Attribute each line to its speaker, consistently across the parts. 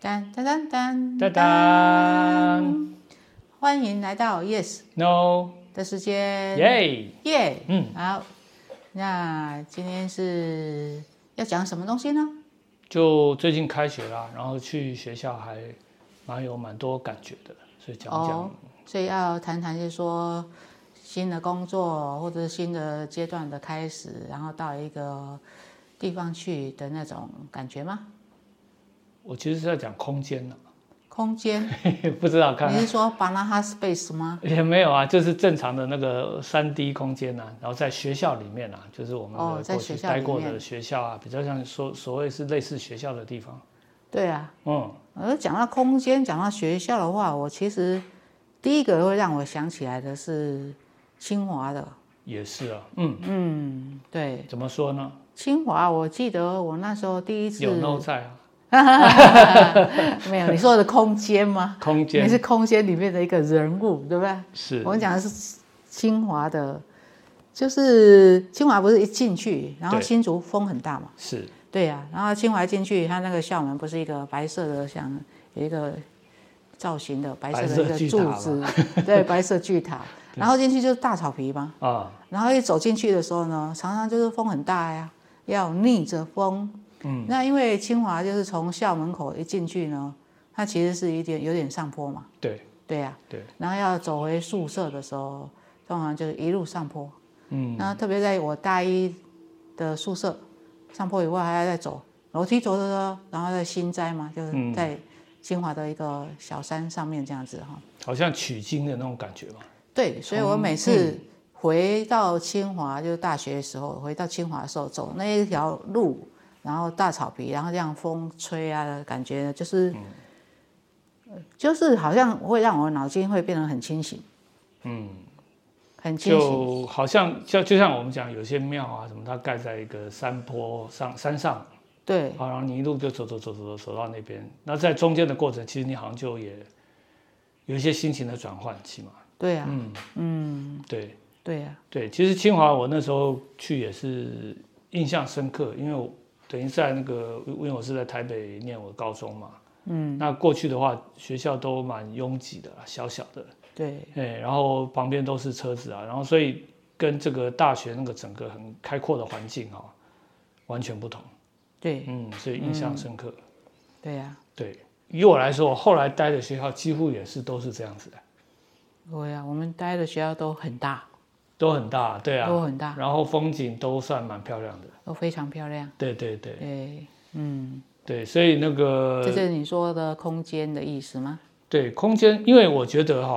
Speaker 1: 当当当当
Speaker 2: 当当，
Speaker 1: 欢迎来到 Yes
Speaker 2: No
Speaker 1: 的时间，
Speaker 2: 耶
Speaker 1: 耶，好，那今天是要讲什么东西呢？
Speaker 2: 就最近开学啦，然后去学校还蛮多感觉的，所以讲讲。
Speaker 1: 所以要谈谈就是说新的工作或者是新的阶段的开始，然后到一个地方去的那种感觉吗？
Speaker 2: 我其实是在讲空间啦，
Speaker 1: 空间，
Speaker 2: 不知道看
Speaker 1: 你是说 Banana Space 吗？
Speaker 2: 也没有啊，就是正常的那个3D 空间啊，然后在学校里面啊，就是我们过去待过的学校啊，比较像所谓是类似学校的地方。
Speaker 1: 对啊，讲到空间，讲到学校的话，我其实第一个会让我想起来的是清华的。
Speaker 2: 也是啊，
Speaker 1: 对。
Speaker 2: 怎么说呢？
Speaker 1: 清华，我记得我那时候第一次
Speaker 2: 有 no 在啊。
Speaker 1: 没有，你说的空间吗？
Speaker 2: 空间，
Speaker 1: 你是空间里面的一个人物，对不对？
Speaker 2: 是。
Speaker 1: 我们讲的是清华的，就是清华不是一进去，然后新竹风很大嘛？
Speaker 2: 是。
Speaker 1: 对呀，然后清华进去，它那个校门不是一个白色的，像有一个造型的白色的一个柱子，对，白色巨塔。然后进去就是大草皮嘛，然后一走进去的时候呢，常常就是风很大呀，要逆着风。那因为清华就是从校门口一进去呢，它其实是有点上坡嘛。对呀。然后要走回宿舍的时候，通常就是一路上坡。那特别在我大一的宿舍上坡以外，还要再走楼梯走，然后在新斋嘛，就是在清华的一个小山上面这样子哈。
Speaker 2: 好像取经的那种感觉嘛。
Speaker 1: 对，所以我每次回到清华，就是大学的时候，回到清华的时候走那一条路。然后大草皮，然后这样风吹啊的感觉，就是好像会让我脑筋会变得很清醒，很清醒。
Speaker 2: 就好像就像我们讲，有些庙啊什么，它盖在一个山坡上山上，
Speaker 1: 对，
Speaker 2: 然后你一路就走到那边，那在中间的过程，其实你好像就也有一些心情的转换，起码。
Speaker 1: 对啊，对啊，
Speaker 2: 对，其实清华我那时候去也是印象深刻，因为我。等于在那个，因为我是在台北念我高中嘛，那过去的话，学校都蛮拥挤的，小小的，
Speaker 1: 对，
Speaker 2: 然后旁边都是车子啊，然后所以跟这个大学那个整个很开阔的环境啊，完全不同，
Speaker 1: 对，
Speaker 2: 所以印象深刻，
Speaker 1: 对呀，
Speaker 2: 对，以我来说，我后来待的学校几乎都是这样子的，
Speaker 1: 对呀，我们待的学校都很大。
Speaker 2: 都很大，对啊，
Speaker 1: 都很大，
Speaker 2: 然后风景都算蛮漂亮的，
Speaker 1: 都非常漂亮。
Speaker 2: 对，对，所以那个
Speaker 1: 这是你说的空间的意思吗？
Speaker 2: 对，空间，因为我觉得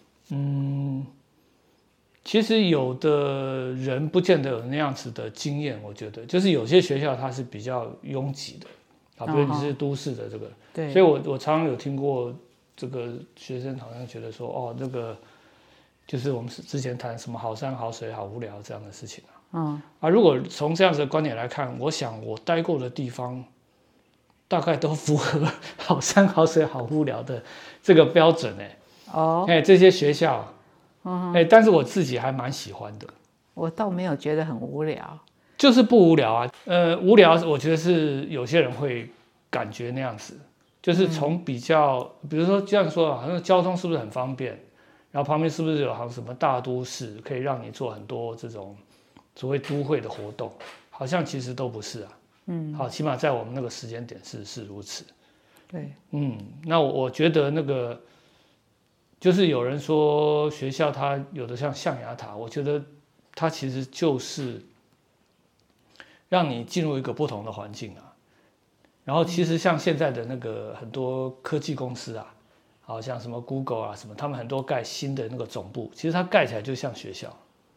Speaker 2: 其实有的人不见得有那样子的经验，我觉得就是有些学校它是比较拥挤的比如你是都市的这个，
Speaker 1: 对，
Speaker 2: 所以我常常有听过这个学生好像觉得说这个。就是我们之前谈什么好山好水好无聊这样的事情如果从这样子的观点来看，我想我待过的地方，大概都符合好山好水好无聊的这个标准这些学校，但是我自己还蛮喜欢的。
Speaker 1: 我倒没有觉得很无聊，
Speaker 2: 就是不无聊啊。无聊，我觉得是有些人会感觉那样子，就是从比较，比如说这样说，好像交通是不是很方便？然后旁边是不是有好像什么大都市可以让你做很多这种所谓都会的活动？好像其实都不是啊。好，起码在我们那个时间点是如此。
Speaker 1: 对，
Speaker 2: 那我觉得那个就是有人说学校它有的像象牙塔，我觉得它其实就是让你进入一个不同的环境啊。然后其实像现在的那个很多科技公司啊。好像什么 Google 啊什么，他们很多盖新的那个总部，其实它盖起来就像学校。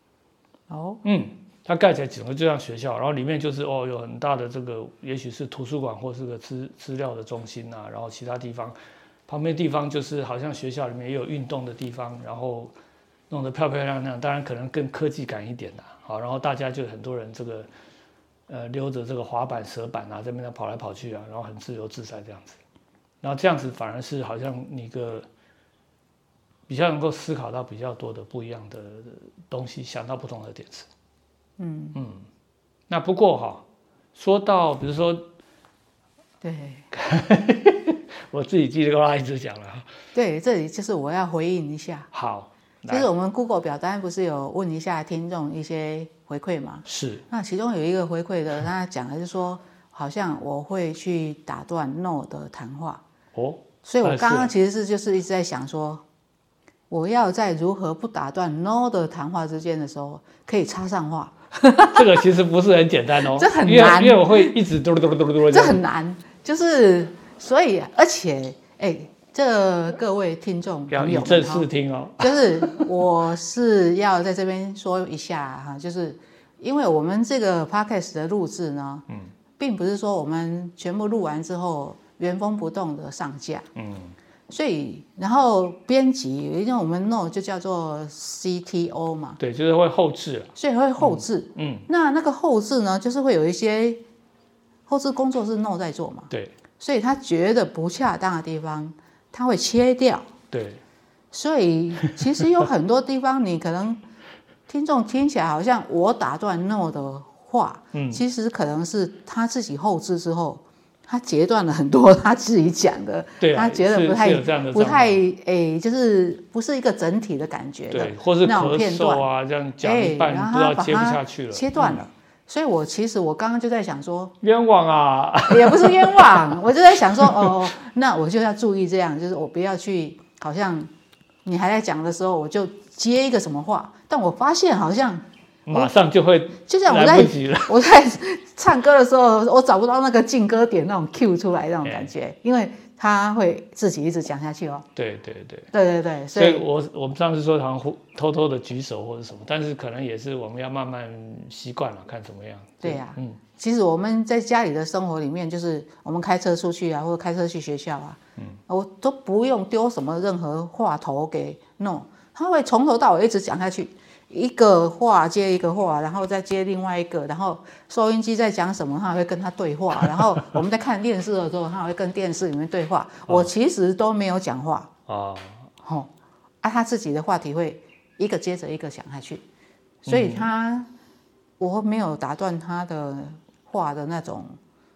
Speaker 2: 它盖起来整个就像学校，然后里面就是有很大的这个，也许是图书馆或是个资料的中心啊，然后其他地方，旁边地方就是好像学校里面也有运动的地方，然后弄得漂漂亮亮，当然可能更科技感一点的。好，然后大家就很多人这个溜着这个滑板、蛇板啊，在那边跑来跑去啊，然后很自由自在这样子。然后这样子反而是好像你比较能够思考到比较多的不一样的东西，想到不同的点子。那不过说到比如说，
Speaker 1: 对，
Speaker 2: 我自己叽里呱啦一直讲了。
Speaker 1: 对，这里就是我要回应一下。
Speaker 2: 好，
Speaker 1: 就是我们 Google 表单不是有问一下听众一些回馈吗？
Speaker 2: 是。
Speaker 1: 那其中有一个回馈的，他讲的是说，好像我会去打断 No 的谈话。
Speaker 2: 哦。
Speaker 1: 所以我刚刚其实就是一直在想说，我要在如何不打断 No 的谈话之间的时候，可以插上话。
Speaker 2: 这个其实不是很简单哦，
Speaker 1: 这很难，
Speaker 2: 因为我会一直嘟嘟嘟嘟嘟。
Speaker 1: 这很难，就是所以而且这各位听众朋友
Speaker 2: 要正式听哦，
Speaker 1: 就是我是要在这边说一下哈，就是因为我们这个 podcast 的录制呢，并不是说我们全部录完之后原封不动的上架，所以然后编辑，因为我们 No 就叫做 CTO 嘛，
Speaker 2: 对，就是会后置，
Speaker 1: 所以会后置，那个后置呢，就是会有一些后置工作是 No 在做嘛，
Speaker 2: 对，
Speaker 1: 所以他觉得不恰当的地方，他会切掉，
Speaker 2: 对，
Speaker 1: 所以其实有很多地方你可能听众听起来好像我打断 No 的话，其实可能是他自己后置之后。他截断了很多他自己讲的，
Speaker 2: 对
Speaker 1: 他觉得不太就是不是一个整体的感觉的，
Speaker 2: 对，或是咳嗽啊，这样讲一半不知道接不下去了，
Speaker 1: 切断了。所以其实我刚刚就在想说，
Speaker 2: 冤枉啊，
Speaker 1: 也不是冤枉，我就在想说，那我就要注意这样，就是我不要去，好像你还在讲的时候，我就接一个什么话，但我发现好像。
Speaker 2: 马上就会，
Speaker 1: 就像我在唱歌的时候，我找不到那个进歌点那种 Q 出来那种感觉，因为他会自己一直讲下去哦。
Speaker 2: 对，所以我们上次说好像偷偷的举手或者什么，但是可能也是我们要慢慢习惯了，看怎么样。
Speaker 1: 对呀，其实我们在家里的生活里面，就是我们开车出去啊，或者开车去学校啊，我都不用丢什么任何话头给 No， 他会从头到尾一直讲下去。一个话接一个话，然后再接另外一个，然后收音机在讲什么，他会跟他对话，然后我们在看电视的时候，他会跟电视里面对话。我其实都没有讲话他自己的话题会一个接着一个讲下去，所以我没有打断他的话的那种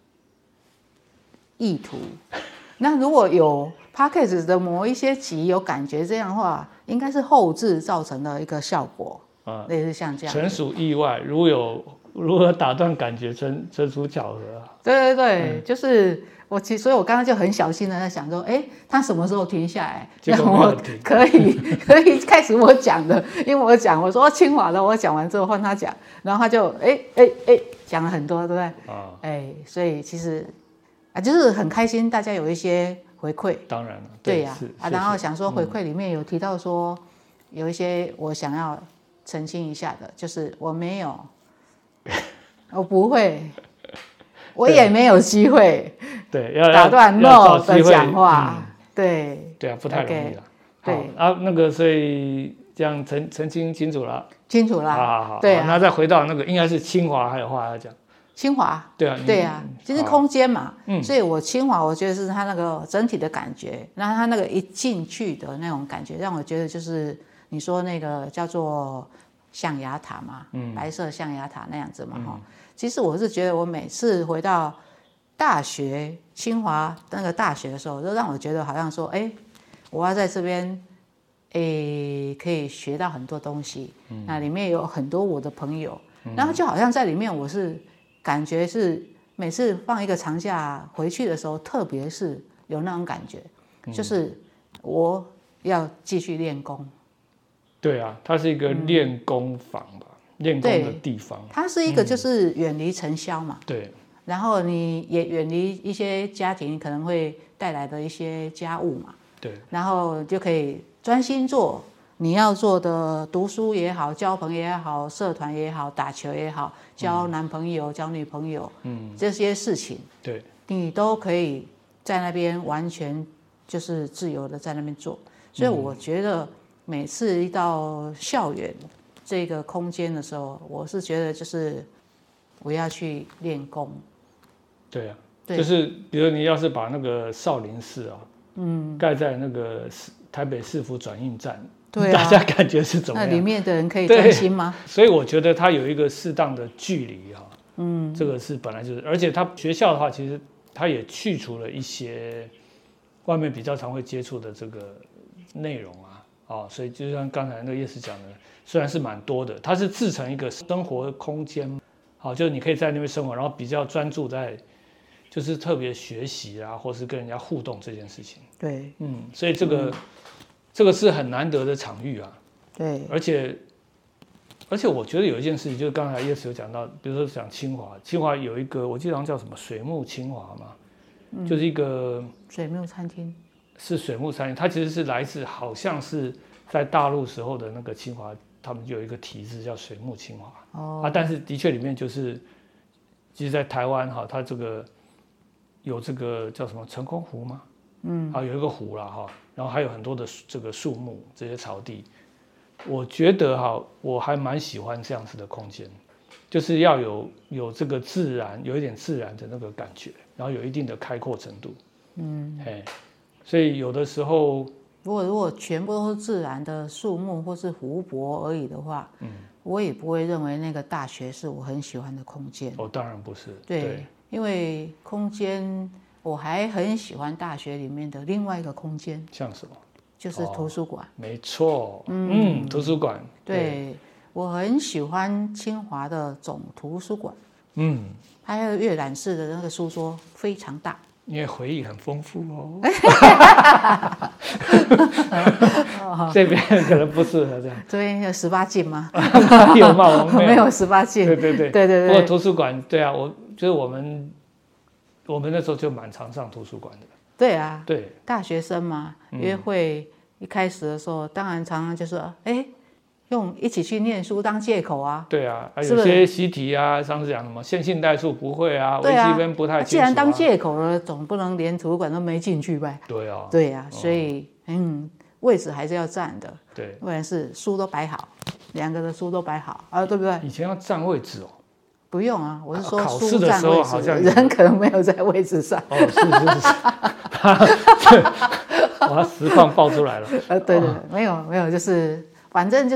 Speaker 1: 意图。那如果有 Podcast 的某一些集有感觉这样的话，应该是后置造成的一个效果。类似像这样，
Speaker 2: 纯属意外。如何打断感觉，纯属巧合。
Speaker 1: 对，就是所以我刚刚就很小心的在想说，他什么时候停下来，让我可以开始我讲的，因为我说清华的，我讲完之后换他讲，然后他就讲了很多，对不对？所以其实就是很开心，大家有一些回馈。
Speaker 2: 当然了，
Speaker 1: 对呀，然后想说回馈里面有提到说，有一些我想要澄清一下的，就是我没有，我不会，我也没有机会，
Speaker 2: 对，要
Speaker 1: 打断 No 的讲话，对
Speaker 2: 啊，不太容易了。
Speaker 1: 对
Speaker 2: 那个所以这样澄清清楚了，
Speaker 1: 好，对啊。
Speaker 2: 那再回到那个，应该是清华还有话要讲。
Speaker 1: 清华，
Speaker 2: 对啊，
Speaker 1: 就是空间嘛，所以我清华，我觉得是它那个整体的感觉，那它那个一进去的那种感觉，让我觉得就是你说那个叫做象牙塔嘛，白色象牙塔那样子嘛，其实我是觉得我每次回到大学清华那个大学的时候，都让我觉得好像说，我要在这边，可以学到很多东西，那里面有很多我的朋友，然后就好像在里面我是。感觉是每次放一个长假回去的时候，特别是有那种感觉，就是我要继续练功。
Speaker 2: 对啊，它是一个练功房吧，练功的地方。
Speaker 1: 它是一个就是远离尘嚣嘛，
Speaker 2: 对。
Speaker 1: 然后你也远离一些家庭可能会带来的一些家务嘛，
Speaker 2: 对。
Speaker 1: 然后就可以专心做。你要做的读书也好，交朋友也好，社团也好，打球也好，交男朋友、交女朋友，这些事情，
Speaker 2: 对，
Speaker 1: 你都可以在那边完全就是自由的在那边做。所以我觉得每次一到校园这个空间的时候，我是觉得就是我要去练功。
Speaker 2: 对啊，就是比如你要是把那个少林寺盖在那个台北市府转运站。对大家感觉是怎么样？
Speaker 1: 那里面的人可以专心吗？
Speaker 2: 所以我觉得它有一个适当的距离这个是本来就是，而且它学校的话，其实它也去除了一些外面比较常会接触的这个内容啊，所以就像刚才那个叶师讲的，虽然是蛮多的，它是制成一个生活空间，好，就是你可以在那边生活，然后比较专注在就是特别学习啊，或是跟人家互动这件事情。
Speaker 1: 对，
Speaker 2: 所以这个是很难得的场域啊。
Speaker 1: 对，
Speaker 2: 而且我觉得有一件事情，就是刚才叶师有讲到，比如说讲清华有一个，我记得好像叫什么水木清华嘛，就是一个
Speaker 1: 水木餐厅。
Speaker 2: 是水木餐厅，它其实是来自好像是在大陆时候的那个清华，他们就有一个体制叫水木清华。但是的确里面就是，其实在台湾哈，它这个有这个叫什么成功湖吗？有一个湖啦哈，然后还有很多的这个树木这些草地，我觉得哈，我还蛮喜欢这样子的空间，就是要有这个自然，有一点自然的那个感觉，然后有一定的开阔程度。所以有的时候，
Speaker 1: 如果全部都是自然的树木或是湖泊而已的话，我也不会认为那个大学是我很喜欢的空间。
Speaker 2: 当然不是。
Speaker 1: 对，因为空间我还很喜欢大学里面的另外一个空间，
Speaker 2: 像什么？
Speaker 1: 就是图书馆。
Speaker 2: 没错，图书馆。
Speaker 1: 对，我很喜欢清华的总图书馆。还有阅览室的那个书桌非常大。
Speaker 2: 因为回忆很丰富哦。这边可能不适合这样。
Speaker 1: 这边有18禁吗？
Speaker 2: 有吗？我们
Speaker 1: 没有18禁。对。
Speaker 2: 不过图书馆，对啊，就是我们那时候就蛮常上图书馆的。
Speaker 1: 对啊。
Speaker 2: 对。
Speaker 1: 大学生嘛，约会一开始的时候，当然常常就说，用一起去念书当借口啊。
Speaker 2: 对啊，有些习题啊，上次讲什么线性代数不会啊，微积分不太清楚。
Speaker 1: 既然当借口了，总不能连图书馆都没进去呗。对啊，所以位置还是要占的。
Speaker 2: 对，
Speaker 1: 不然是书都摆好，两个的书都摆好对不对？
Speaker 2: 以前要占位置哦。
Speaker 1: 不用啊，我是说
Speaker 2: 考试的时候好像
Speaker 1: 人可能没有在位置上。
Speaker 2: 是，我把实况爆出来了。
Speaker 1: 对，没有，就是反正就是，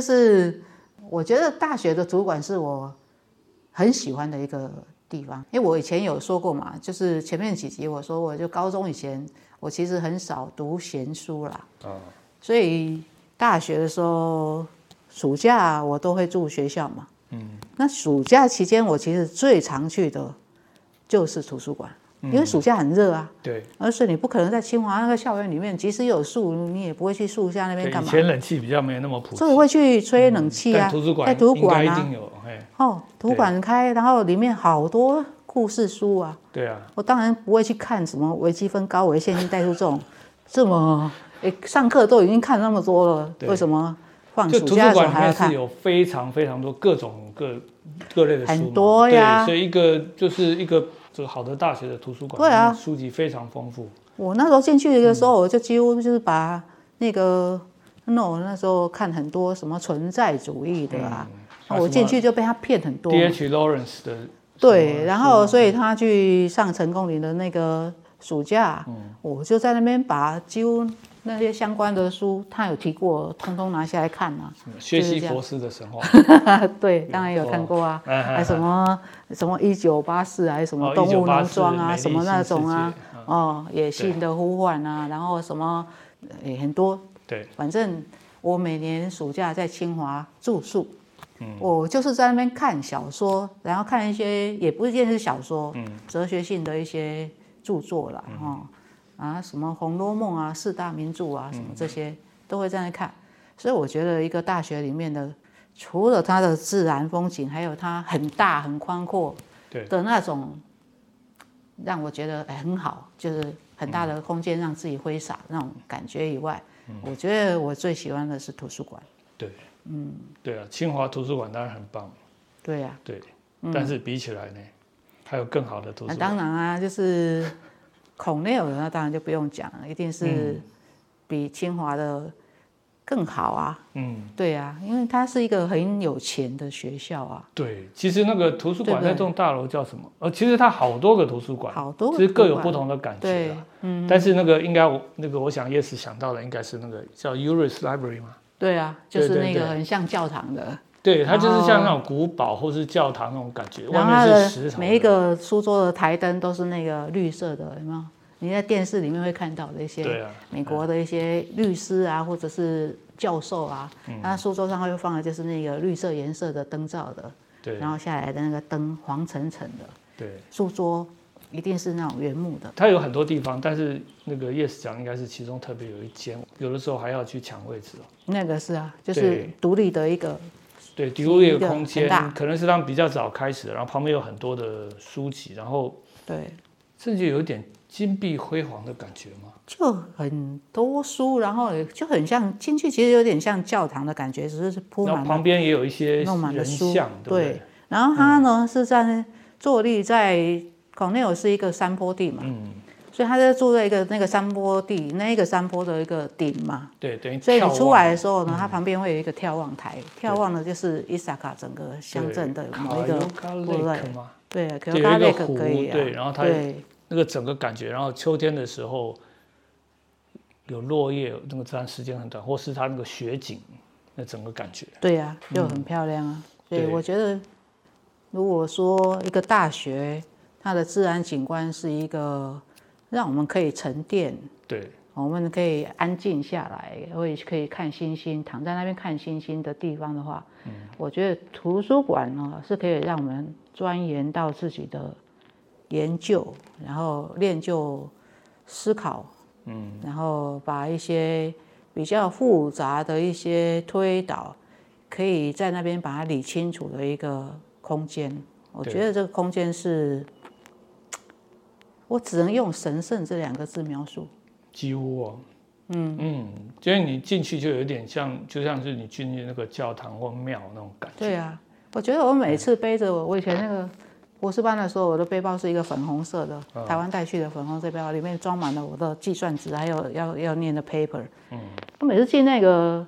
Speaker 1: 我觉得大学的图书馆是我很喜欢的一个地方，因为我以前有说过嘛，就是前面几集我说我就高中以前我其实很少读闲书啦，所以大学的时候暑假我都会住学校嘛，那暑假期间我其实最常去的就是图书馆。因为暑假很热啊，
Speaker 2: 对，
Speaker 1: 而且你不可能在清华那个校园里面，即使有树，你也不会去树下那边干嘛？
Speaker 2: 以前冷气比较没有那么普及，
Speaker 1: 所以会去吹冷气啊。
Speaker 2: 图书馆
Speaker 1: 在图书馆啊，
Speaker 2: 一定有。
Speaker 1: 图书馆开，然后里面好多故事书啊。
Speaker 2: 对啊，
Speaker 1: 我当然不会去看什么微积分、高维、线性代数这么上课都已经看那么多了，为什么放暑假的时候还要看？
Speaker 2: 就图书馆里面是有非常非常多各种各类的书，
Speaker 1: 很多呀。
Speaker 2: 对，所以就是一个这个好的大学的图书馆，
Speaker 1: 对啊，
Speaker 2: 书籍非常丰富。
Speaker 1: 我那时候进去的时候，我就几乎就是把那时候看很多什么存在主义的啊，我进去就被他骗很多。
Speaker 2: D.H. Lawrence 的。
Speaker 1: 对，然后所以他去上成功岭的那个暑假，我就在那边把几乎那些相关的书，他有提过，通通拿下来看啊。
Speaker 2: 薛西弗斯的神话。
Speaker 1: 对，当然有看过啊，还什么1984，还是什么动物农庄啊，什么那种啊，野性的呼唤啊，然后什么很多。
Speaker 2: 对，
Speaker 1: 反正我每年暑假在清华住宿，我就是在那边看小说，然后看一些也不一定是小说，哲学性的一些著作啦，什么《红楼梦》啊、4大名著啊，什么这些都会在那看。所以我觉得一个大学里面的，除了它的自然风景，还有它很大很宽阔的那种，让我觉得很好，就是很大的空间让自己挥洒那种感觉以外，我觉得我最喜欢的是图书馆。
Speaker 2: 对，对啊，清华图书馆当然很棒。
Speaker 1: 对啊，
Speaker 2: 对，但是比起来呢，还有更好的图书馆。
Speaker 1: 当然啊，就是孔内尔那当然就不用讲了，一定是比清华的更好啊。对啊，因为它是一个很有钱的学校啊。
Speaker 2: 对，其实那个图书馆那栋大楼叫什么？其实它好多个图书馆，
Speaker 1: 其
Speaker 2: 实各有不同的感觉啊。但是那个应该我想叶师想到的应该是那个叫 Uris Library 嘛。
Speaker 1: 对啊，就是那个很像教堂的。
Speaker 2: 对，它就是像那种古堡或是教堂那种感觉，外面是石头。
Speaker 1: 每一个书桌的台灯都是那个绿色的，有没有？ 你在电视里面会看到的一些美国的一些律师啊，或者是教授啊，他书桌上会放的就是那个绿色颜色的灯罩的，对，然后下来的那个灯黄澄澄的，对，书桌一定是那种原木的。
Speaker 2: 它有很多地方，但是那个 Yes 讲应该是其中特别有一间，有的时候还要去抢位置哦。
Speaker 1: 那个是啊，就是独立的一个。
Speaker 2: 对，独立的空间，可能是他们比较早开始的，然后旁边有很多的书籍，然后
Speaker 1: 对，
Speaker 2: 甚至有一点金碧辉煌的感觉嘛，
Speaker 1: 就很多书，然后就很像进去，其实有点像教堂的感觉，只是铺满了，
Speaker 2: 旁边也有一些人像，对。
Speaker 1: 然后它呢是在坐立在广内尔是一个山坡地嘛，所以他就住在一个那个山坡地，那个山坡的一个顶嘛。
Speaker 2: 对，等于
Speaker 1: 所以你出来的时候呢，它旁边会有一个眺望台，眺望的就是伊萨卡整个乡镇的某一个部落。对，
Speaker 2: 有一个湖，
Speaker 1: 可以啊。
Speaker 2: 对，然后它那个整个感觉，然后秋天的时候有落叶，那个自然时间很短，或是它那个雪景，那整个感觉。
Speaker 1: 对呀，就很漂亮啊。所以我觉得，如果说一个大学，它的自然景观是一个让我们可以沉淀，
Speaker 2: 对，
Speaker 1: 我们可以安静下来，或者可以看星星，躺在那边看星星的地方的话，我觉得图书馆呢是可以让我们钻研到自己的研究，然后练就思考，然后把一些比较复杂的一些推导，可以在那边把它理清楚的一个空间。我觉得这个空间是。我只能用神圣这2个字描述，
Speaker 2: 几乎哦，就是你进去就有点像，就像是你进去那个教堂或庙那种感觉。
Speaker 1: 对啊，我觉得我每次背着我以前那个博士班的时候，我的背包是一个粉红色的，台湾带去的粉红色背包，里面装满了我的计算纸，还有要念的 paper。我每次进那个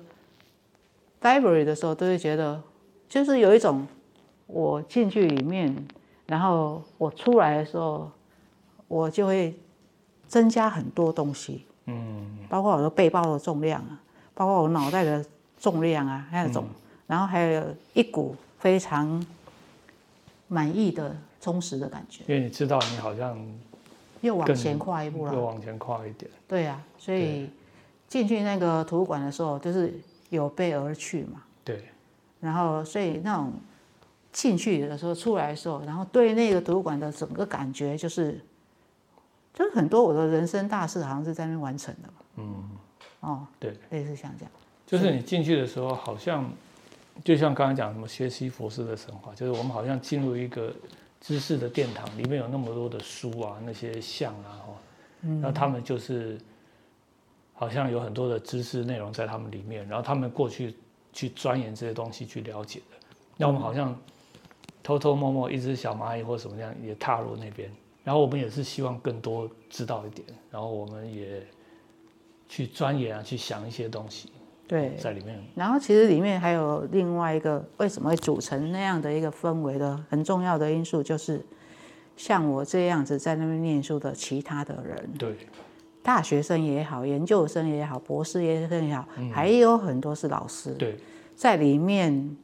Speaker 1: library 的时候，都会觉得，就是有一种我进去里面，然后我出来的时候。我就会增加很多东西，包括我的背包的重量啊，包括我脑袋的重量啊，那种，然后还有一股非常满意的充实的感觉。
Speaker 2: 因为你知道你好像
Speaker 1: 又往前跨一步了，
Speaker 2: 又往前跨一点。
Speaker 1: 对啊，所以进去那个图书馆的时候，就是有备而去嘛。
Speaker 2: 对。
Speaker 1: 然后，所以那种进去的时候，出来的时候，然后对那个图书馆的整个感觉就是。就是很多我的人生大事好像是在那边完成的嘛，对，类似像这样。
Speaker 2: 就是你进去的时候，好像就像刚才讲什么薛西弗斯的神话，就是我们好像进入一个知识的殿堂，里面有那么多的书啊，那些像啊，那他们就是好像有很多的知识内容在他们里面，然后他们过去钻研这些东西去了解的，那我们好像偷偷摸摸一只小蚂蚁或什么样也踏入那边。然后我们也是希望更多知道一点，然后我们也去钻研啊，去想一些东西，
Speaker 1: 对，
Speaker 2: 在里面。
Speaker 1: 然后其实里面还有另外一个为什么会组成那样的一个氛围的很重要的因素，就是像我这样子在那边念书的其他的人，
Speaker 2: 对，
Speaker 1: 大学生也好，研究生也好，博士研究生也好，还有很多是老师，
Speaker 2: 对，
Speaker 1: 在里面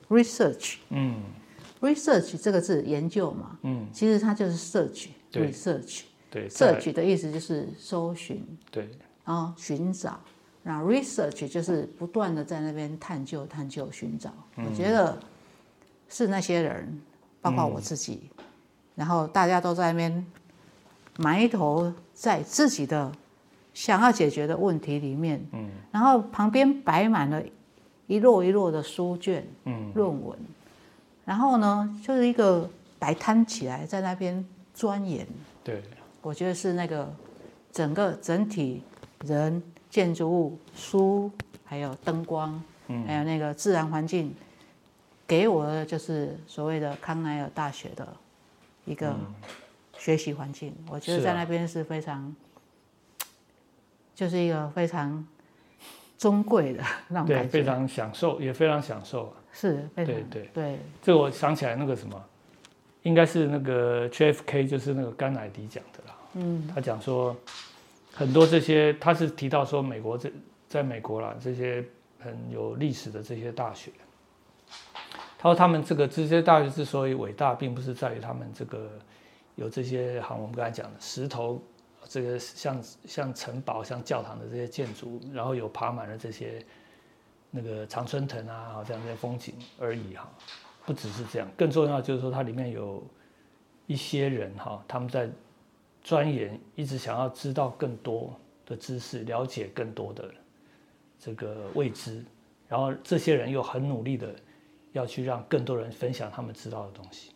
Speaker 1: research。research 这个字研究嘛，其实它就是 search，research，对 ，search 的意思就是搜寻，
Speaker 2: 对，
Speaker 1: 然后寻找，然后 research 就是不断的在那边探究、寻找。我觉得是那些人，包括我自己，然后大家都在那边埋头在自己的想要解决的问题里面，然后旁边摆满了一摞一摞的书卷，论文。然后呢，就是一个摆摊起来，在那边钻研。
Speaker 2: 对，
Speaker 1: 我觉得是那个整体人、建筑物、书，还有灯光，还有那个自然环境，给我的就是所谓的康奈尔大学的一个学习环境。我觉得在那边是非常，就是一个非常尊贵的那种感觉，
Speaker 2: 对，非常享受，也非常享受。
Speaker 1: 是，对。
Speaker 2: 这我想起来那个什么，应该是那个 JFK， 就是那个甘乃迪讲的啦。他讲说很多这些，他是提到说美国在美国啦，这些很有历史的这些大学，他说他们这些大学之所以伟大，并不是在于他们这个有这些，好，我们刚才讲的石头这个像城堡、像教堂的这些建筑，然后有爬满了这些那个常春藤啊，这样的风景而已哈。不只是这样，更重要就是说它里面有一些人哈，他们在钻研，一直想要知道更多的知识，了解更多的这个未知，然后这些人又很努力的要去让更多人分享他们知道的东西。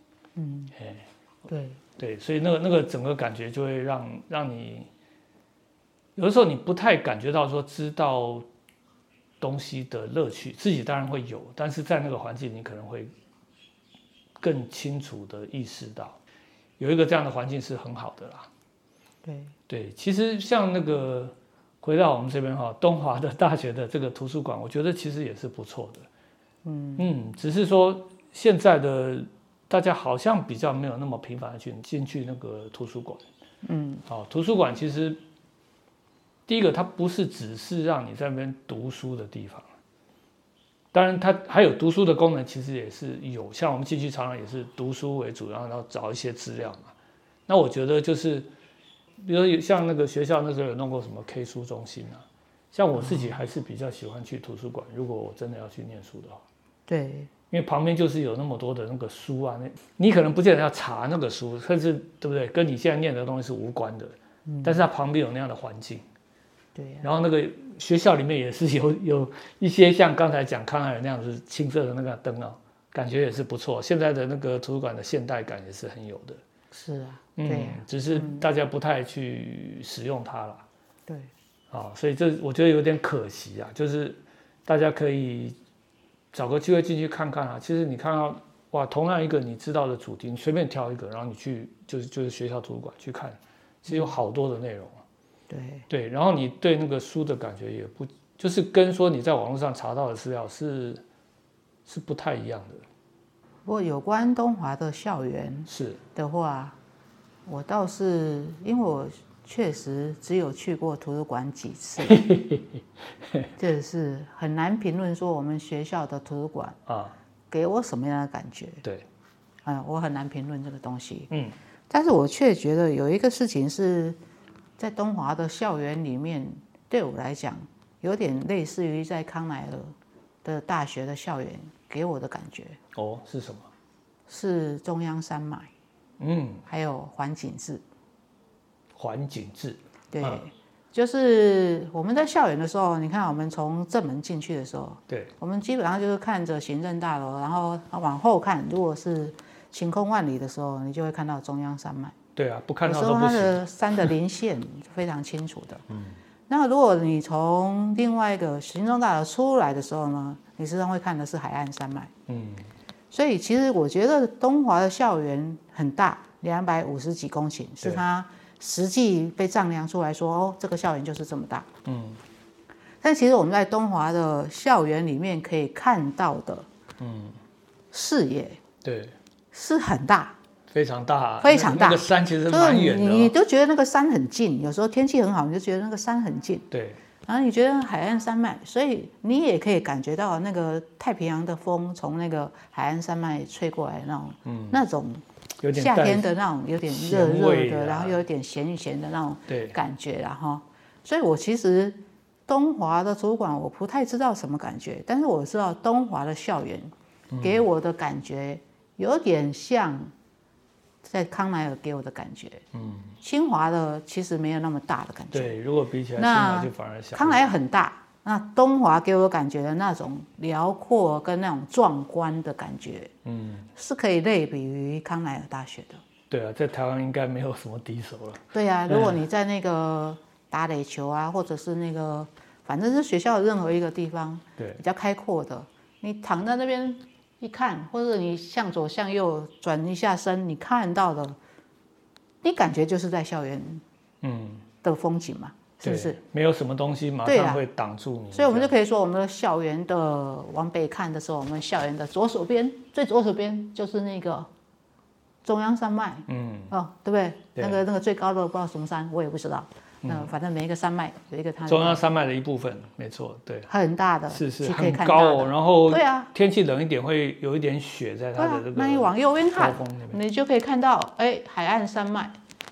Speaker 2: 对，所以那个整个感觉就会让你有的时候你不太感觉到说知道东西的乐趣，自己当然会有，但是在那个环境你可能会更清楚的意识到，有一个这样的环境是很好的啦。对，其实像那个回到我们这边哈，东华的大学的这个图书馆，我觉得其实也是不错的。只是说现在的大家好像比较没有那么频繁的进去那个图书馆。图书馆其实第一个它不是只是让你在那边读书的地方，当然它还有读书的功能，其实也是有，像我们进去常常也是读书为主，然后找一些资料嘛。那我觉得就是，比如像那个学校那时候有弄过什么 K 书中心啊，像我自己还是比较喜欢去图书馆，如果我真的要去念书的话。
Speaker 1: 对，
Speaker 2: 因为旁边就是有那么多的那个书啊，你可能不见得要查那个书，甚至对不对，跟你现在念的东西是无关的，但是它旁边有那样的环境。
Speaker 1: 对，
Speaker 2: 然后那个学校里面也是有一些像刚才讲康奈尔那样子青色的那个灯啊，感觉也是不错。现在的那个图书馆的现代感也是很有的。
Speaker 1: 是啊，对，
Speaker 2: 只是大家不太去使用它啦。
Speaker 1: 对，
Speaker 2: 所以这我觉得有点可惜啊，就是大家可以找个机会进去看看啊。其实你看到哇，同样一个你知道的主题，你随便挑一个，然后你去就是学校图书馆去看，其实有好多的内容。对，然后你对那个书的感觉也不，就是跟说你在网络上查到的资料是不太一样的。
Speaker 1: 不过有关东华的校园
Speaker 2: 是
Speaker 1: 的话，我倒是因为我确实只有去过图书馆几次，这是很难评论说我们学校的图书馆给我什么样的感觉。
Speaker 2: 对，
Speaker 1: 我很难评论这个东西。但是我却觉得有一个事情是。在东华的校园里面，对我来讲，有点类似于在康奈尔的大学的校园给我的感觉。
Speaker 2: 是什么？
Speaker 1: 是中央山脉，还有环景志。
Speaker 2: 环景志，
Speaker 1: 对，就是我们在校园的时候，你看我们从正门进去的时候，
Speaker 2: 对，
Speaker 1: 我们基本上就是看着行政大楼，然后往后看，如果是晴空万里的时候，你就会看到中央山脉。
Speaker 2: 对啊，不看到都不行。有时候
Speaker 1: 它的山的林线非常清楚的。那如果你从另外一个行政大楼出来的时候呢，你实际上会看的是海岸山脉。所以其实我觉得东华的校园很大，250几公顷，是它实际被丈量出来说，这个校园就是这么大。但其实我们在东华的校园里面可以看到的，视野，
Speaker 2: 对，
Speaker 1: 是很大。
Speaker 2: 非常大，
Speaker 1: 非常大。
Speaker 2: 那个山其实蛮远的，
Speaker 1: 你都觉得那个山很近，有时候天气很好，你就觉得那个山很近。
Speaker 2: 对。
Speaker 1: 然后你觉得海岸山脉，所以你也可以感觉到那个太平洋的风从那个海岸山脉吹过来那种夏天的那种有点热热的，然后有点咸咸的那种感觉，然后，所以我其实东华的图书馆我不太知道什么感觉，但是我知道东华的校园给我的感觉有点像。在康奈尔给我的感觉，清华的其实没有那么大的感觉。
Speaker 2: 对，如果比起来，清华就反而小。
Speaker 1: 康奈尔很大，那东华给我感觉的那种辽阔跟那种壮观的感觉，是可以类比于康奈尔大学的。
Speaker 2: 对啊，在台湾应该没有什么敌手了。
Speaker 1: 对啊，如果你在那个打垒球啊，或者是那个反正是学校的任何一个地方，比较开阔的，你躺在那边。一看，或者你向左向右转一下身，你看到的，你感觉就是在校园，的风景嘛，是不是？
Speaker 2: 没有什么东西马上会挡住你，
Speaker 1: 所以我们就可以说，我们的校园的往北看的时候，我们校园的左手边，最左手边就是那个中央山脉，对不对？那个最高的不知道什么山，我也不知道。反正每一个山脉有一个它
Speaker 2: 中央山脉的一部分，没错，对，
Speaker 1: 很大的，
Speaker 2: 是
Speaker 1: 可以看
Speaker 2: 到的，很高然后
Speaker 1: 对啊，
Speaker 2: 天气冷一点会有一点雪在它的这个
Speaker 1: 那你往右边看，你就可以看到，海岸山脉，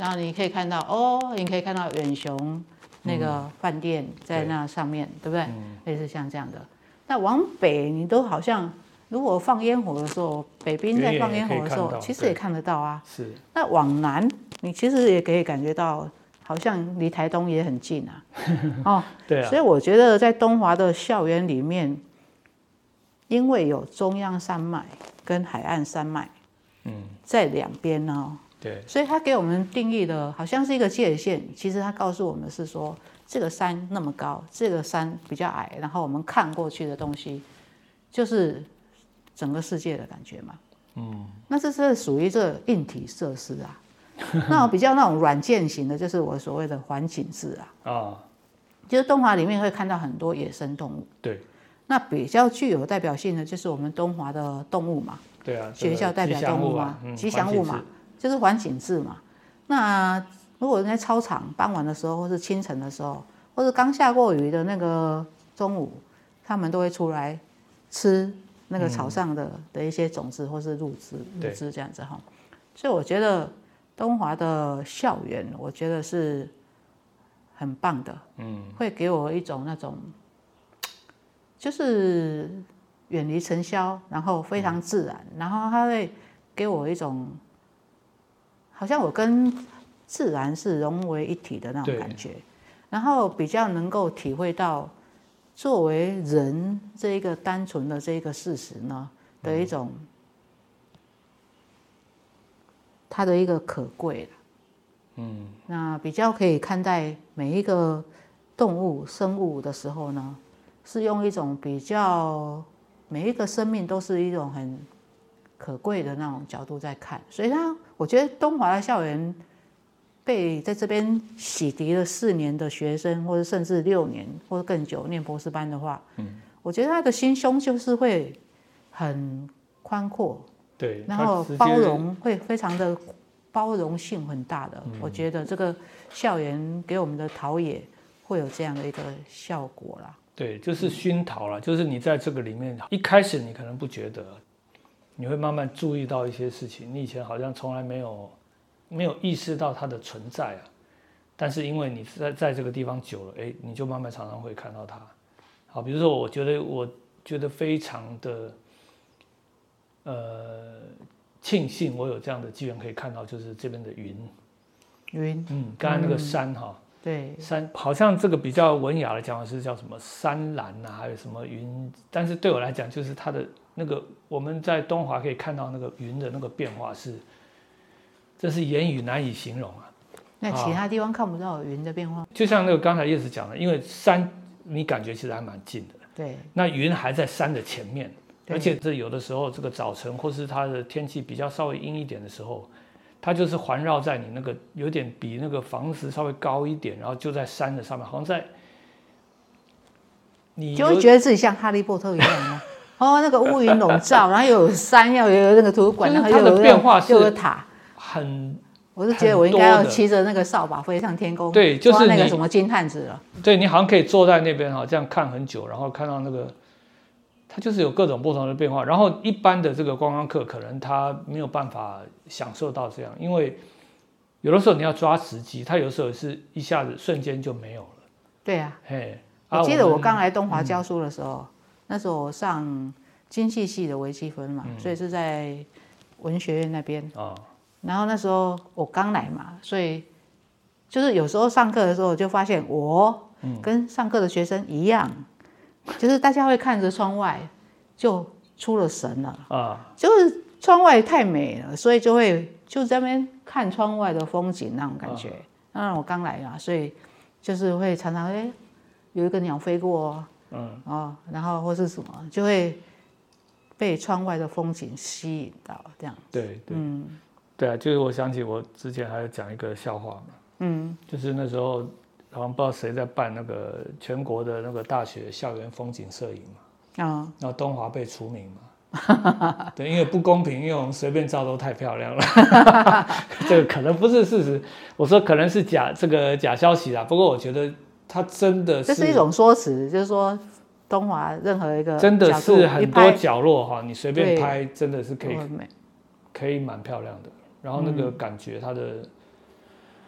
Speaker 1: 然后你可以看到你可以看到远雄那个饭店在那上面，对不对？类似像这样的。那往北你都好像，如果放烟火的时候，北滨在放烟火的时候，其实也看得到啊。
Speaker 2: 是。
Speaker 1: 那往南，你其实也可以感觉到，好像离台东也很近啊。
Speaker 2: 对啊。
Speaker 1: 所以我觉得在东华的校园里面，因为有中央山脉跟海岸山脉，在两边呢。
Speaker 2: 对。所
Speaker 1: 以它给我们定义的好像是一个界限，其实它告诉我们是说，这个山那么高，这个山比较矮，然后我们看过去的东西，就是整个世界的感觉嘛。那这是属于这硬体设施啊。那比较那种软件型的，就是我所谓的环景志啊。就是东华里面会看到很多野生动物。
Speaker 2: 对。
Speaker 1: 那比较具有代表性的，就是我们东华的动物嘛。
Speaker 2: 对啊。
Speaker 1: 学校代表动物嘛，吉祥物嘛，就是环景志嘛。那如果在操场傍晚的时候，或是清晨的时候，或是刚下过雨的那个中午，他们都会出来吃那个草上的一些种子或是露枝这样子哈。所以我觉得东华的校园，我觉得是很棒的，会给我一种那种就是远离尘嚣，然后非常自然，然后它会给我一种好像我跟自然是融为一体的那种感觉，然后比较能够体会到作为人这一个单纯的这一个事实呢的一种它的一个可贵。那比较可以看待每一个动物生物的时候呢，是用一种比较每一个生命都是一种很可贵的那种角度在看，所以我觉得东华的校园被在这边洗涤了4年的学生，或者甚至6年或者更久念博士班的话，我觉得他的心胸就是会很宽阔，
Speaker 2: 对，
Speaker 1: 然后包容会非常的包容性很大的。我觉得这个校园给我们的陶冶会有这样的一个效果啦。
Speaker 2: 对，就是熏陶啦，就是你在这个里面一开始你可能不觉得，你会慢慢注意到一些事情，你以前好像从来没有意识到它的存在啊，但是因为你在这个地方久了，你就慢慢常常会看到它。好，比如说我觉得非常的庆幸我有这样的机缘可以看到，就是这边的云，刚才那个山哈，
Speaker 1: 对，
Speaker 2: 山好像这个比较文雅的讲法是叫什么山岚啊，还有什么云，但是对我来讲，就是它的那个我们在东华可以看到那个云的那个变化这是言语难以形容啊。
Speaker 1: 那其他地方看不到云的变化，
Speaker 2: 就像那个刚才叶子讲的，因为山你感觉其实还蛮近的，
Speaker 1: 对，
Speaker 2: 那云还在山的前面，而且这有的时候这个早晨或是它的天气比较稍微阴一点的时候，它就是环绕在你那个有点比那个房子稍微高一点，然后就在山的上面，好像在你
Speaker 1: 就会觉得自己像哈利波特一样吗？那个乌云笼罩，然后又有山，又有那个图书馆，然后又有变化是又有塔，我是觉得我应该要骑着那个扫把飞上天空，
Speaker 2: 对，就是
Speaker 1: 那个什么金探子了。
Speaker 2: 对，你好像可以坐在那边这样看很久，然后看到那个，它就是有各种不同的变化。然后一般的这个观光客可能他没有办法享受到这样，因为有的时候你要抓时机，它有的时候是一下子瞬间就没有了。
Speaker 1: 对啊，我记得我刚来东华教书的时候，那时候我上经济系的微积分嘛，所以是在文学院那边然后那时候我刚来嘛，所以就是有时候上课的时候就发现我跟上课的学生一样，就是大家会看着窗外就出了神了就是窗外太美了，所以就在那边看窗外的风景那种感觉。那我刚来嘛，所以就是会常常有一个鸟飞过然后或是什么就会被窗外的风景吸引到这样。
Speaker 2: 对，对啊，就是我想起我之前还有讲一个笑话嘛，就是那时候好像不知道谁在办那个全国的那个大学校园风景摄影嘛，然后东华被除名嘛，对，因为不公平，因为我们随便照都太漂亮了，这个可能不是事实，我说可能是假消息啦，不过我觉得它真的是，
Speaker 1: 这是一种说辞，就是说东华任何一个
Speaker 2: 真的是很多角落你随便拍真的是可以蛮漂亮的。然后那个感觉，它的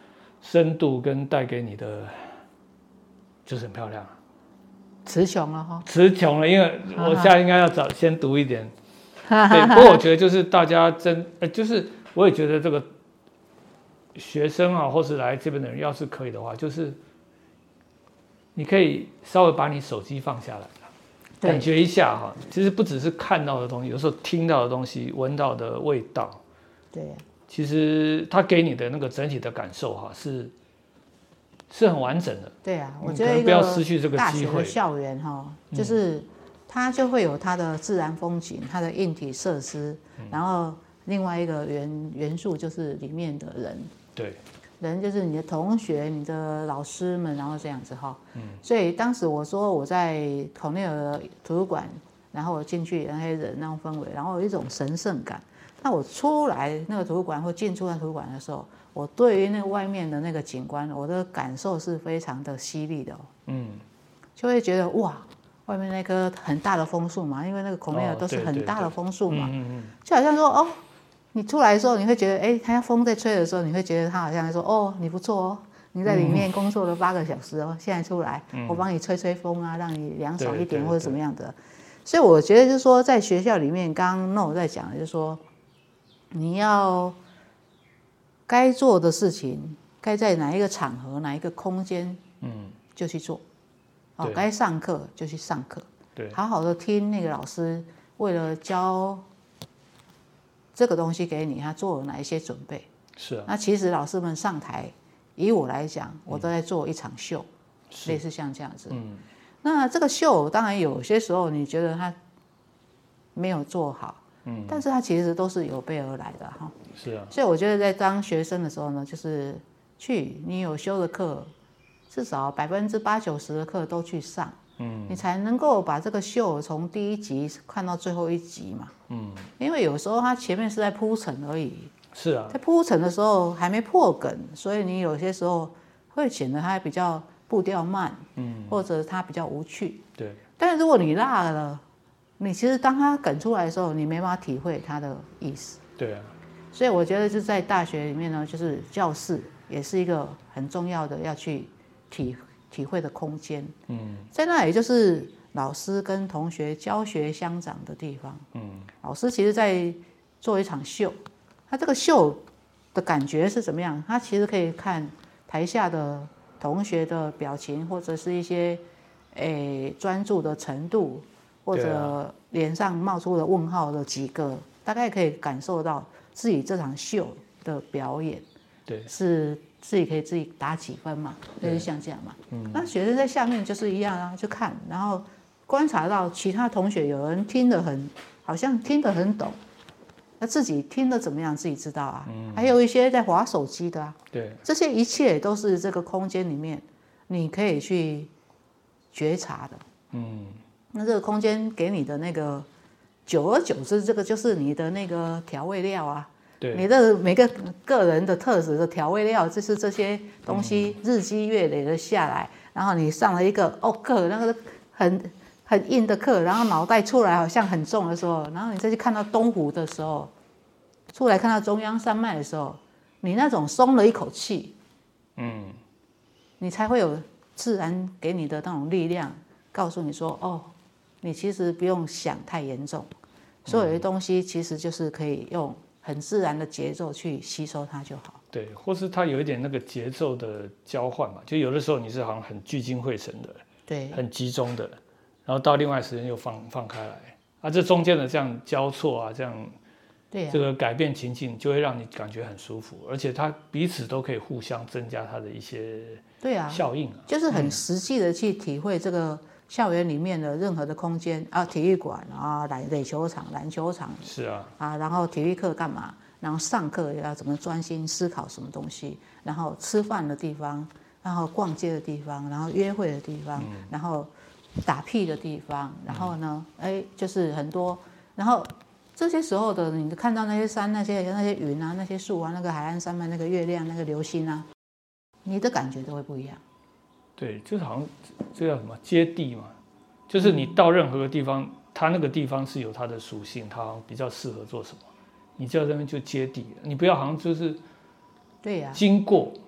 Speaker 2: 深度跟带给你的就是很漂亮。
Speaker 1: 词穷了哈，
Speaker 2: 词穷了，因为我现在应该要先读一点。对，不过我觉得就是大家就是我也觉得这个学生啊，或是来这边的人，要是可以的话，就是你可以稍微把你手机放下来，感觉一下哈。其实不只是看到的东西，有时候听到的东西、闻到的味道，
Speaker 1: 对，
Speaker 2: 其实它给你的那个整体的感受哈是很完整的。
Speaker 1: 对啊，我觉得
Speaker 2: 不要失去这个机会。
Speaker 1: 大学的校园哈，就是它就会有它的自然风景、它的硬体设施，然后另外一个元素就是里面的人。
Speaker 2: 对，
Speaker 1: 人就是你的同学、你的老师们，然后这样子哈。所以当时我说我在孔内尔的图书馆，然后我进去那些人那种氛围，然后有一种神圣感。那我出来那个图书馆或进出那图书馆的时候，我对于那个外面的那个景观，我的感受是非常的犀利的。就会觉得哇，外面那棵很大的枫树嘛，因为那个孔内尔都是很大的枫树嘛，就好像说哦。你出来的时候，你会觉得，哎，它风在吹的时候，你会觉得它好像说，哦，你不错哦，你在里面工作了8个小时哦，现在出来，我帮你吹吹风啊，让你凉爽一点或者怎么样的。所以我觉得就是说，在学校里面，刚刚 No 在讲的就是说，你要该做的事情，该在哪一个场合、哪一个空间，就去做。哦，该上课就去上课，
Speaker 2: 对，
Speaker 1: 好好的听那个老师为了教。这个东西给你，他做了哪一些准备？
Speaker 2: 是啊。
Speaker 1: 那其实老师们上台，以我来讲，我都在做一场秀，类似像这样子。那这个秀当然有些时候你觉得他没有做好，但是他其实都是有备而来的哈。
Speaker 2: 是啊。
Speaker 1: 所以我觉得在当学生的时候呢，就是你有修的课，至少80%、90%的课都去上。你才能够把这个秀从第1集看到最后1集嘛。因为有时候它前面是在铺陈而已。
Speaker 2: 是啊。在
Speaker 1: 铺陈的时候还没破梗，所以你有些时候会显得它比较步调慢，或者它比较无趣。
Speaker 2: 对。
Speaker 1: 但是如果你落了，你其实当它梗出来的时候，你没办法体会它的意思。
Speaker 2: 对啊。所
Speaker 1: 以我觉得就在大学里面呢，就是教室也是一个很重要的要去体会的空间。在那里就是老师跟同学教学相长的地方。老师其实在做一场秀，他这个秀的感觉是怎么样？他其实可以看台下的同学的表情，或者是一些专注的程度，或者脸上冒出的问号的几个，大概可以感受到自己这场秀的表演。
Speaker 2: 对，
Speaker 1: 是自己可以自己打几分嘛，就是像这样嘛。那学生在下面就是一样啊，就看，然后观察到其他同学有人好像听得很懂，那自己听得怎么样自己知道啊。还有一些在滑手机的啊，
Speaker 2: 对，
Speaker 1: 这些一切都是这个空间里面你可以去觉察的。那这个空间给你的那个，久而久之，这个就是你的那个调味料啊。你的每个人的特质的调味料，就是这些东西日积月累的下来，然后你上了一个课，那个很硬的课，然后脑袋出来好像很重的时候，然后你再去看到东湖的时候，出来看到中央山脉的时候，你那种松了一口气，你才会有自然给你的那种力量，告诉你说，哦，你其实不用想太严重，所有的东西其实就是可以用很自然的节奏去吸收它就好。
Speaker 2: 对，或是它有一点那个节奏的交换嘛，就有的时候你是好像很聚精会神的，
Speaker 1: 对，
Speaker 2: 很集中的，然后到另外时间又放开来，啊，这中间的这样交错啊，这样，
Speaker 1: 对啊，
Speaker 2: 这个改变情境就会让你感觉很舒服，而且它彼此都可以互相增加它的一些效应啊，
Speaker 1: 就是很实际的去体会这个校园里面的任何的空间啊，体育馆啊，垒球场、篮球场
Speaker 2: 是啊，
Speaker 1: 然后体育课干嘛？然后上课要怎么专心思考什么东西？然后吃饭的地方，然后逛街的地方，然后约会的地方，然后打屁的地方，然后呢，就是很多，然后这些时候的你看到那些山、那些云啊、那些树啊、那个海岸山脉、那个月亮、那个流星啊，你的感觉都会不一样。
Speaker 2: 对，就是好像这叫什么接地嘛，就是你到任何个地方，它那个地方是有它的属性，它好像比较适合做什么，你就在那边就接地，你不要好像就是
Speaker 1: 对呀，
Speaker 2: 经过，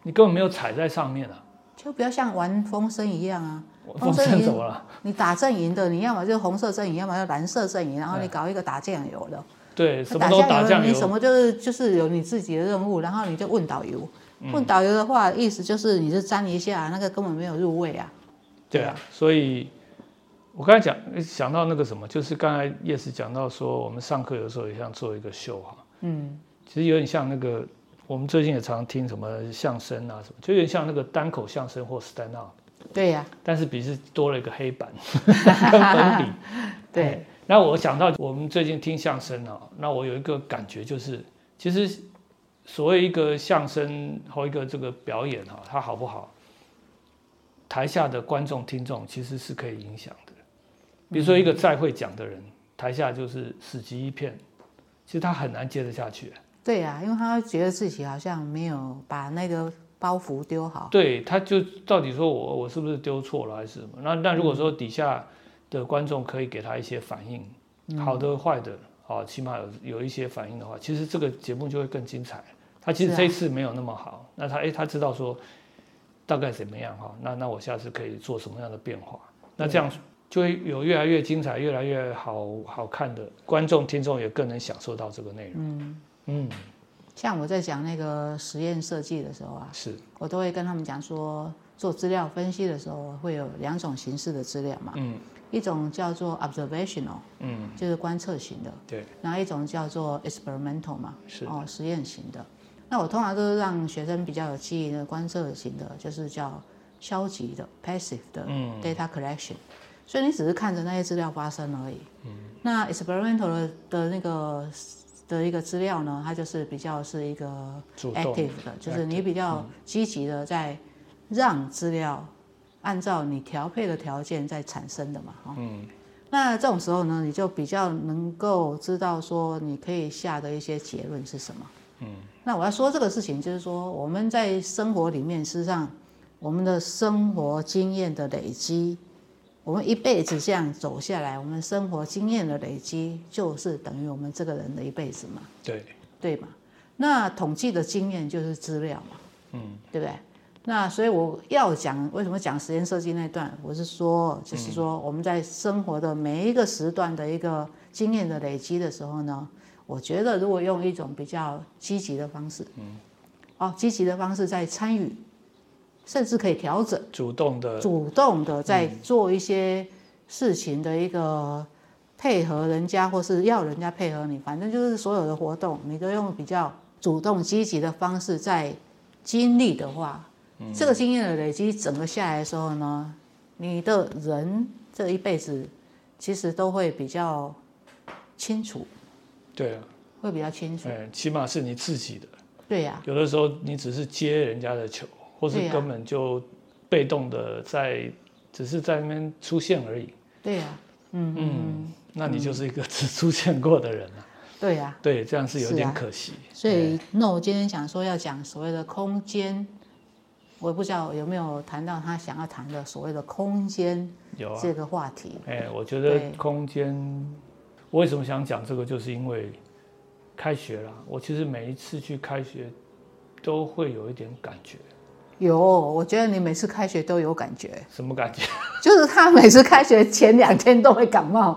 Speaker 2: 你根本没有踩在上面啊。
Speaker 1: 就不要像玩风声一样啊。
Speaker 2: 风声怎么了？
Speaker 1: 你打阵营的，你要么就是红色阵营，要么就蓝色阵营，然后你搞一个打酱油的。
Speaker 2: 对，什么都打酱油。
Speaker 1: 你什么就是有你自己的任务，然后你就问导游。问导游的话，意思就是你就沾一下，那个根本没有入味啊。
Speaker 2: 对啊，所以我刚才想到那个什么，就是刚才叶师讲到说，我们上课有时候也像做一个秀哈。其实有点像那个，我们最近也常听什么相声啊什么，就有点像那个单口相声或 stand up。
Speaker 1: 对呀。
Speaker 2: 但是比是多了一个黑板跟粉笔。
Speaker 1: 对。
Speaker 2: 那我想到我们最近听相声啊，那我有一个感觉就是，其实所谓一个相声或一个这个表演哈，它好不好，台下的观众听众其实是可以影响的。比如说一个再会讲的人，台下就是死寂一片，其实他很难接得下去。
Speaker 1: 对呀，因为他觉得自己好像没有把那个包袱丢好。
Speaker 2: 对，他就到底说我是不是丢错了还是什么？那如果说底下的观众可以给他一些反应，好的坏的，起码有一些反应的话，其实这个节目就会更精彩。他其实这一次没有那么好，那他知道说大概怎么样哈，那我下次可以做什么样的变化？那这样就会有越来越精彩、越来越好看的观众、听众也更能享受到这个内容。
Speaker 1: 像我在讲那个实验设计的时候啊，我都会跟他们讲说，做资料分析的时候会有2种形式的资料嘛。一种叫做 observational， 就是观测型的。
Speaker 2: 对。
Speaker 1: 然后一种叫做 experimental 嘛，实验型的。那我通常都是让学生比较有记忆的观测型的，就是叫消极的 passive 的 data collection。所以你只是看着那些资料发生而已。那 experimental 的那个的一个资料呢，它就是比较是一个 active 的，就是你比较积极的在让资料按照你调配的条件在产生的嘛。那这种时候呢，你就比较能够知道说你可以下的一些结论是什么。那我要说这个事情，就是说我们在生活里面，事实上我们的生活经验的累积，我们一辈子这样走下来，我们生活经验的累积，就是等于我们这个人的一辈子嘛。对嘛？那统计的经验就是资料嘛。对不对？那所以我要讲为什么讲实验设计那段，我是说，就是说我们在生活的每一个时段的一个经验的累积的时候呢，我觉得如果用一种比较积极的方式，积极的方式在参与，甚至可以调整，主动的在做一些事情的一个配合人家，或是要人家配合你，反正就是所有的活动，你都用比较主动积极的方式在经历的话，这个经验的累积整个下来的时候呢，你的人这一辈子其实都会比较清楚。对啊，会比较清楚。起码是你自己的。对呀。有的时候你只是接人家的球，或是根本就被动的只是在那边出现而已。对呀。那你就是一个只出现过的人啊。对呀。对，这样是有点可惜。所以那我今天想说要讲所谓的空间，我也不知道有没有谈到他想要谈的所谓的空间这个话题。我觉得空间，我为什么想讲这个，就是因为开学啦。我其实每一次去开学都会有一点感觉。我觉得你每次开学都有感觉。什么感觉？就是他每次开学前2天都会感冒。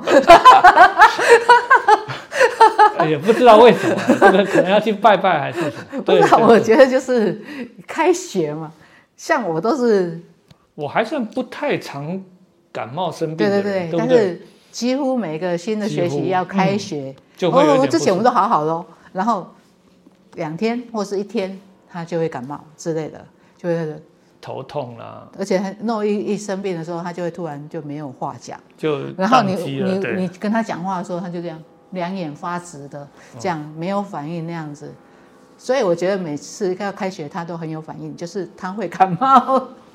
Speaker 1: 也不知道为什么，这个可能要去拜拜还是什么？不知道，我觉得就是开学嘛，像我都是，我还算不太常感冒生病的人，对，但是几乎每个新的学期要开学，就会有点之前我们都好好的，然后2天或是1天他就会感冒之类的，就会头痛啦，而且诺一生病的时候，他就会突然就没有话讲，然后你跟他讲话的时候，他就这样。2眼发直的，这样没有反应那样子，所以我觉得每次要开学他都很有反应，就是他会感冒。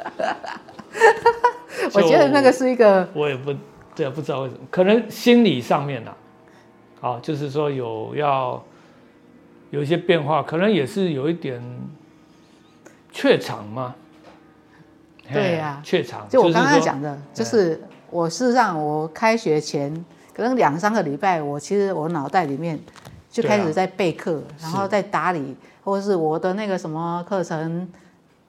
Speaker 1: 我觉得那个是一个，我也不知道为什么，可能心理上面就是说有一些变化，可能也是有一点怯场嘛。对呀，怯场。就我刚刚讲的，就是我事实上我开学前。可能2-3个礼拜，其实我脑袋里面就开始在备课，然后在打理，或者是我的那个什么课程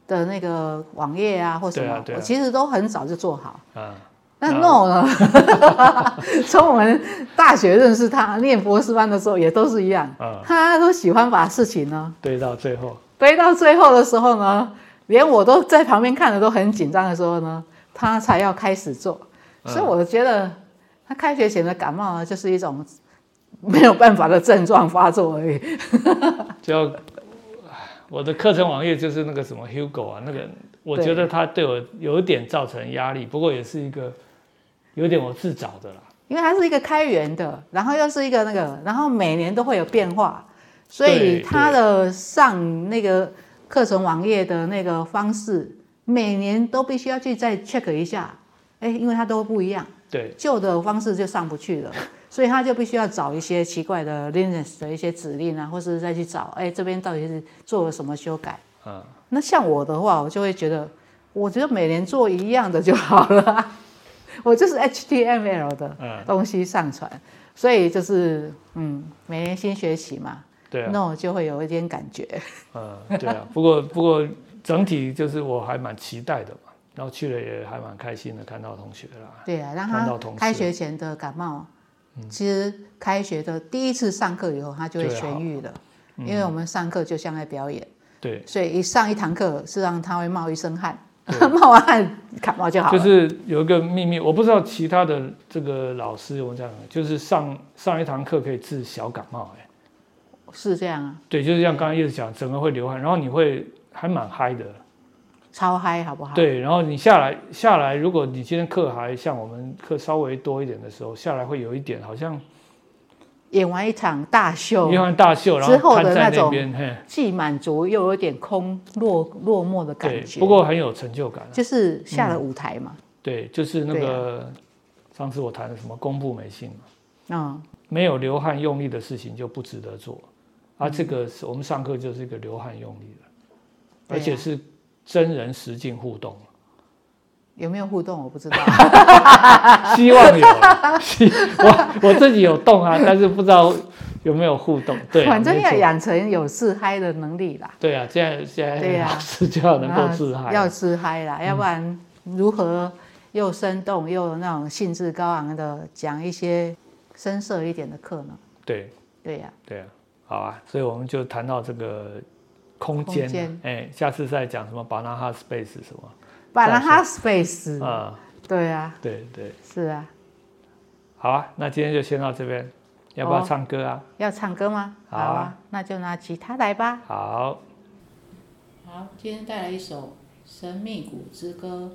Speaker 1: 的那个网页啊或什么，我其实都很早就做好。那 No 呢？从我们大学认识他，念博士班的时候也都是一样，他都喜欢把事情呢
Speaker 2: 堆到最后。
Speaker 1: 堆到最后的时候呢，连我都在旁边看的都很紧张的时候呢，他才要开始做。所以我觉得他开学前的感冒呢，就是一种没有办法的症状发作而已。
Speaker 2: 就我的课程网页就是那个什么 Hugo 啊，那个我觉得他对我有一点造成压力，不过也是一个有点我自找的啦。
Speaker 1: 因为它是一个开源的，然后又是一个那个，然后每年都会有变化，所以它的上那个课程网页的那个方式，每年都必须要去再 check 一下，因为它都不一样，
Speaker 2: 对，
Speaker 1: 旧的方式就上不去了，所以他就必须要找一些奇怪的 Linux 的一些指令啊，或是再去找，这边到底是做了什么修改。那像我的话，我就会觉得，我觉得每年做一样的就好了。我就是 HTML 的东西上传，所以就是每年新学期嘛，
Speaker 2: 对啊，
Speaker 1: 那我就会有一点感觉。
Speaker 2: 对啊，不过整体就是我还蛮期待的嘛，然后去了也还蛮开心的，看到同学啦。
Speaker 1: 对啊，让他开学前的感冒，其实开学的第一次上课以后，他就会痊愈了，因为我们上课就像在表演，
Speaker 2: 对，
Speaker 1: 所以一上一堂课，事实上他会冒一身汗。冒完汗感冒就好了。
Speaker 2: 就是有一个秘密，我不知道其他的这个老师有没有这样，就是上一堂课可以治小感冒，
Speaker 1: 是这样啊？
Speaker 2: 对，就是像刚刚叶子讲，整个会流汗，然后你会还蛮嗨的，
Speaker 1: 超嗨，好不好？
Speaker 2: 对，然后你下来，如果你今天课还像我们课稍微多一点的时候，下来会有一点好像
Speaker 1: 演完一场大秀，
Speaker 2: 然后瘫在那边，
Speaker 1: 既满足又有点空落寞的感觉。
Speaker 2: 不过很有成就感，
Speaker 1: 就是下了舞台嘛。
Speaker 2: 对，就是那个上次我谈的什么公部美信嘛，没有流汗用力的事情就不值得做，这个我们上课就是一个流汗用力的，而且是真人实境互动。
Speaker 1: 有没有互动我不知道，
Speaker 2: 希望有。我自己有动啊，但是不知道有没有互动。对，
Speaker 1: 反正要养成有自嗨的能力啦。
Speaker 2: 对啊，现在老师就要能够自嗨，
Speaker 1: 要自嗨啦，要不然如何又生动又那种兴致高昂的讲一些深色一点的课呢？
Speaker 2: 对
Speaker 1: 呀，
Speaker 2: 好啊，所以我们就谈到这个空间，下次再讲什么 Banana Space 什么。
Speaker 1: Banana Space 对啊，
Speaker 2: 对，
Speaker 1: 是啊，
Speaker 2: 好啊，那今天就先到这边，要不要唱歌啊？
Speaker 1: 要唱歌吗？好啊，那就拿吉他来吧。
Speaker 2: 好，
Speaker 1: 今天带来一首《神秘谷之歌》。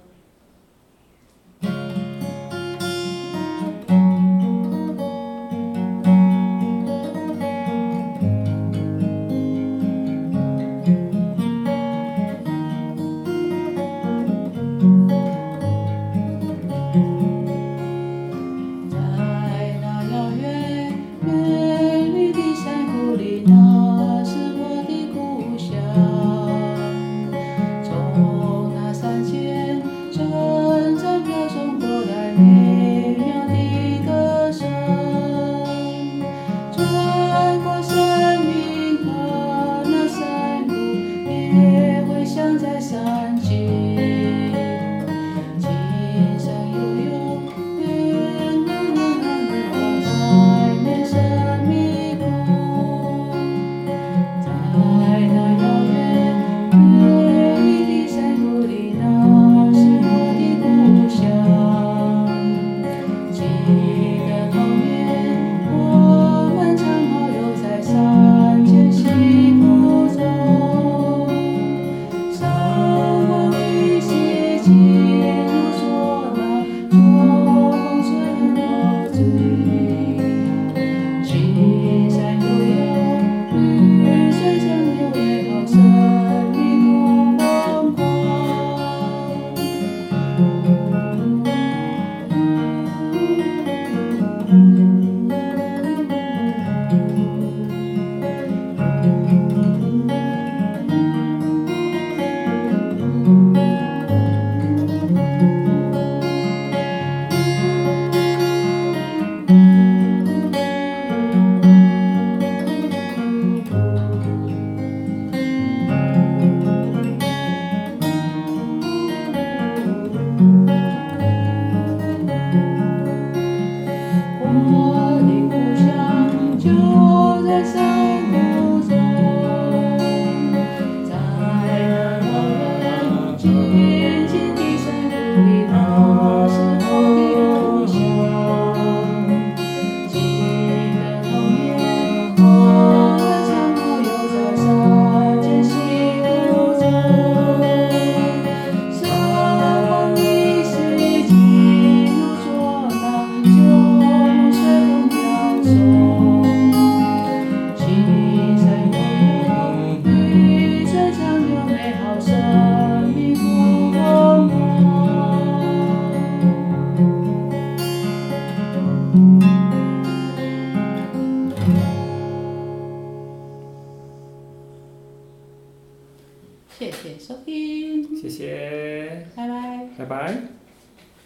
Speaker 1: 谢谢收听，
Speaker 2: 谢谢，
Speaker 1: 拜拜，
Speaker 2: 拜拜。